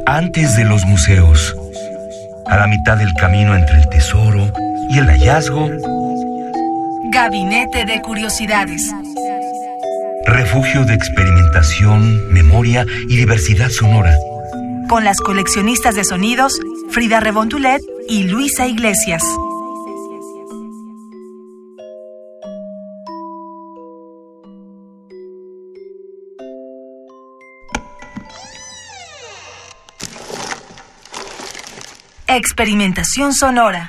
Antes de los museos, a la mitad del camino entre el tesoro y el hallazgo, Gabinete de Curiosidades. Refugio de experimentación, memoria y diversidad sonora. Con las coleccionistas de sonidos, Frida Rebontulet y Luisa Iglesias. Experimentación sonora.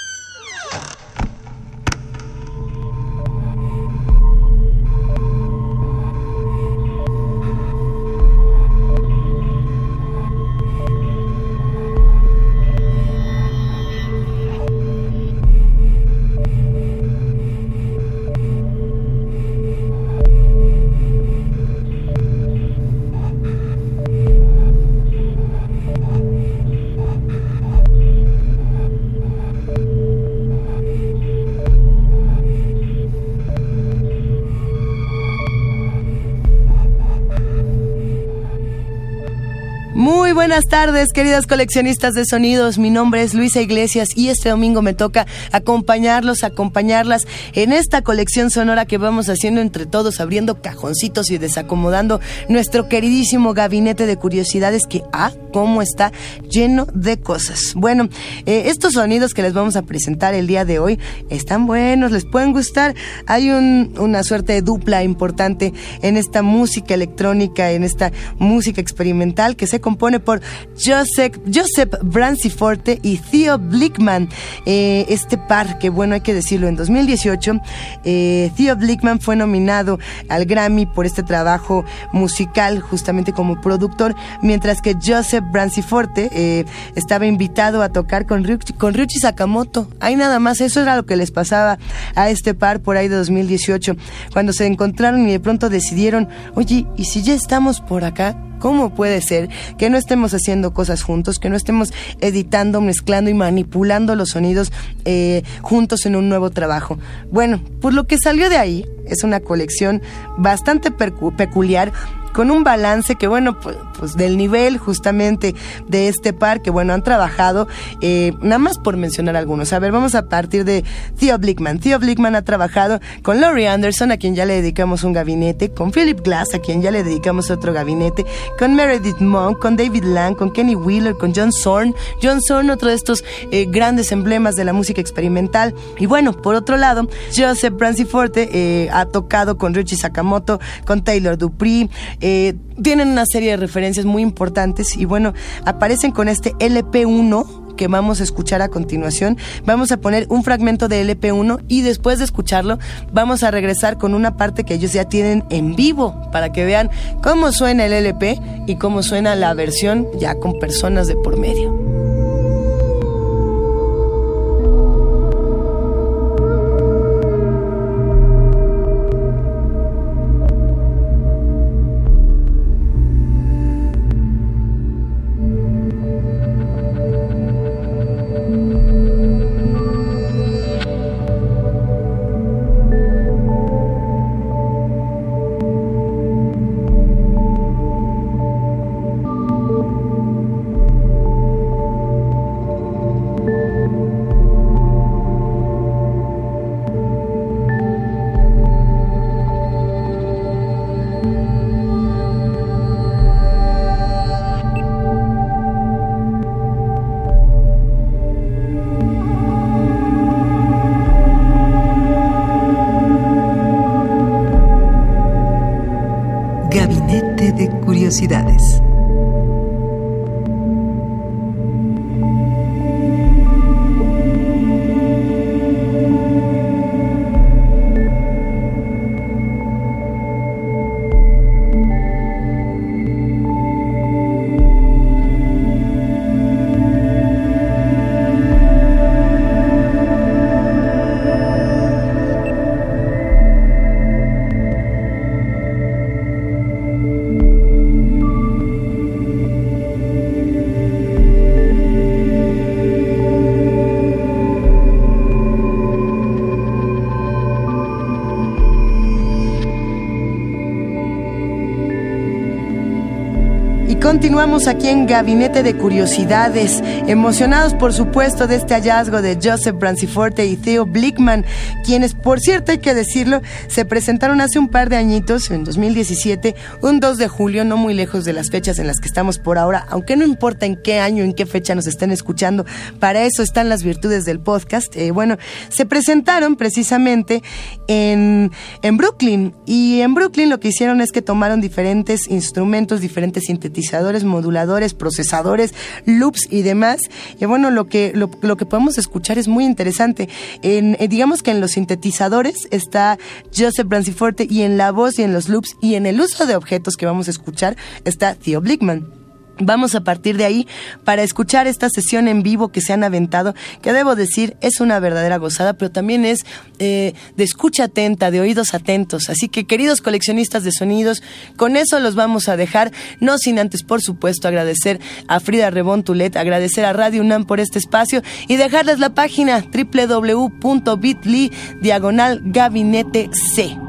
Muy buenas tardes, queridas coleccionistas de sonidos. Mi nombre es Luisa Iglesias y este domingo me toca acompañarlas en esta colección sonora que vamos haciendo entre todos, abriendo cajoncitos y desacomodando nuestro queridísimo gabinete de curiosidades que, cómo está lleno de cosas. Bueno, estos sonidos que les vamos a presentar el día de hoy están buenos, les pueden gustar. Hay una suerte de dupla importante en esta música electrónica, en esta música experimental que se compone por Joseph Branciforte y Theo Blickman. Este par, que bueno, hay que decirlo, en 2018 Theo Blickman fue nominado al Grammy por este trabajo musical justamente como productor, mientras que Joseph Branciforte estaba invitado a tocar con Ryuichi Sakamoto. Ahí nada más, eso era lo que les pasaba a este par por ahí de 2018, cuando se encontraron y de pronto decidieron, oye, ¿y si ya estamos por acá? ¿Cómo puede ser que no estemos haciendo cosas juntos, que no estemos editando, mezclando y manipulando los sonidos juntos en un nuevo trabajo? Bueno, pues lo que salió de ahí es una colección bastante peculiar, con un balance que, bueno, pues del nivel justamente de este par, que bueno, han trabajado, nada más por mencionar algunos. A ver, vamos a partir de Theo Blickman. Theo Blickman ha trabajado con Laurie Anderson, a quien ya le dedicamos un gabinete, con Philip Glass, a quien ya le dedicamos otro gabinete, con Meredith Monk, con David Lang, con Kenny Wheeler, con John Zorn. John Zorn, otro de estos grandes emblemas de la música experimental. Y bueno, por otro lado, Joseph Branciforte ha tocado con Ryuichi Sakamoto, con Taylor Dupree. Tienen una serie de referencias muy importantes y bueno, aparecen con este LP1 que vamos a escuchar a continuación. Vamos a poner un fragmento de LP1 y después de escucharlo vamos a regresar con una parte que ellos ya tienen en vivo para que vean cómo suena el LP y cómo suena la versión ya con personas de por medio. Gabinete de Curiosidades. Continuamos aquí en Gabinete de Curiosidades, emocionados por supuesto de este hallazgo de Joseph Branciforte y Theo Blickman, quienes, por cierto, hay que decirlo, se presentaron hace un par de añitos, en 2017, un 2 de julio, no muy lejos de las fechas en las que estamos por ahora, aunque no importa en qué año, en qué fecha nos estén escuchando, para eso están las virtudes del podcast. Se presentaron precisamente en Brooklyn, y en Brooklyn lo que hicieron es que tomaron diferentes instrumentos, diferentes sintetizadores, moduladores, procesadores, loops y demás. Y bueno, lo que podemos escuchar es muy interesante. Digamos que en los sintetizadores está Joseph Branciforte, y en la voz y en los loops y en el uso de objetos que vamos a escuchar está Theo Blickman. Vamos a partir de ahí para escuchar esta sesión en vivo que se han aventado, que debo decir es una verdadera gozada, pero también es de escucha atenta, de oídos atentos. Así que, queridos coleccionistas de sonidos, con eso los vamos a dejar, no sin antes, por supuesto, agradecer a Frida Rebontulet, agradecer a Radio UNAM por este espacio y dejarles la página www.bit.ly/gabinetec.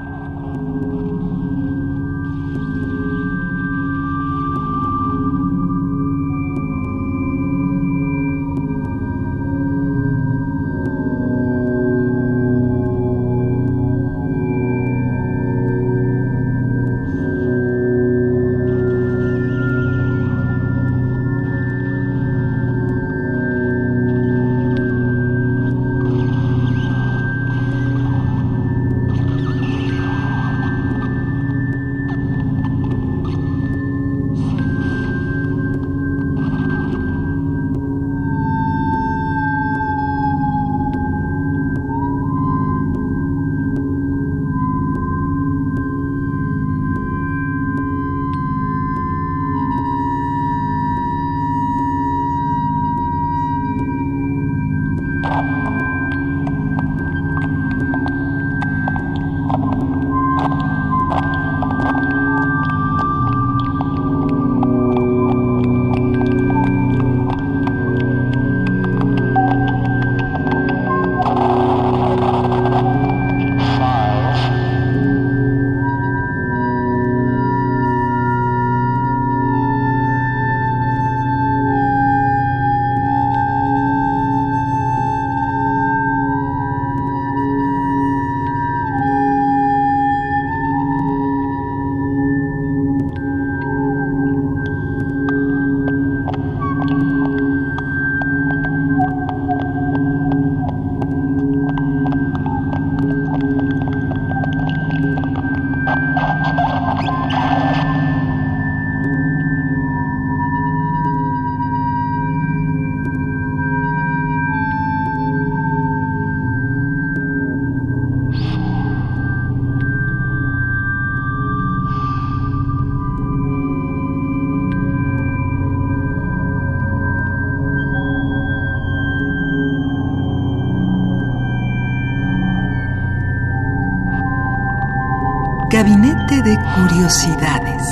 Gabinete de Curiosidades.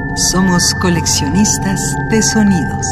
Somos coleccionistas de sonidos.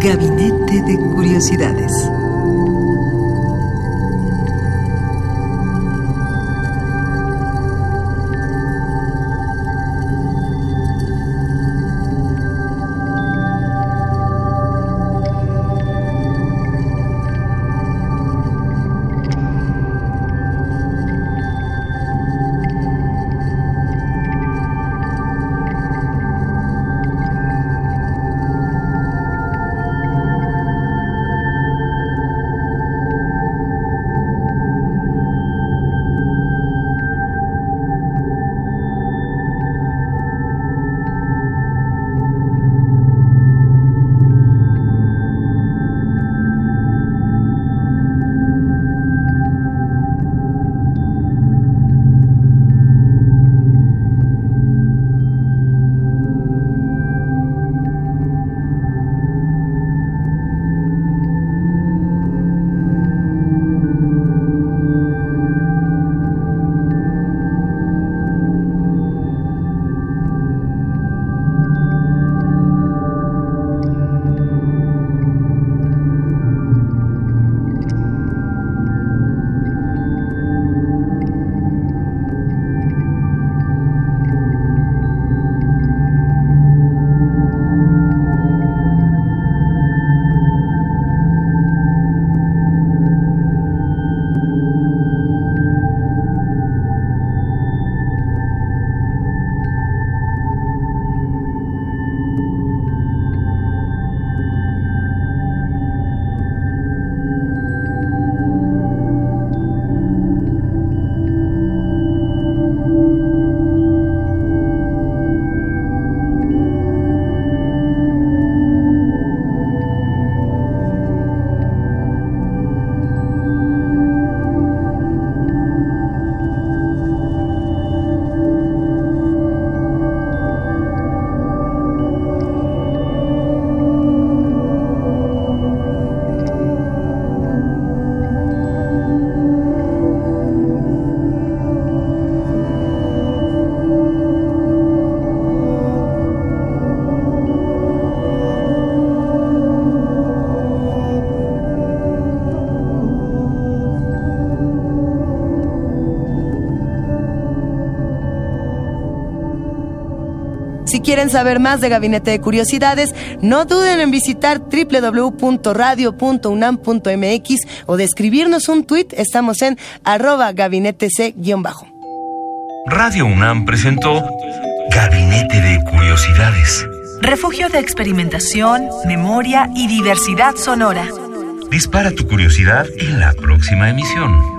Gabinete de Curiosidades. Si quieren saber más de Gabinete de Curiosidades, no duden en visitar www.radio.unam.mx o de escribirnos un tuit. Estamos en @gabinetec_. Radio UNAM presentó Gabinete de Curiosidades. Refugio de experimentación, memoria y diversidad sonora. Dispara tu curiosidad en la próxima emisión.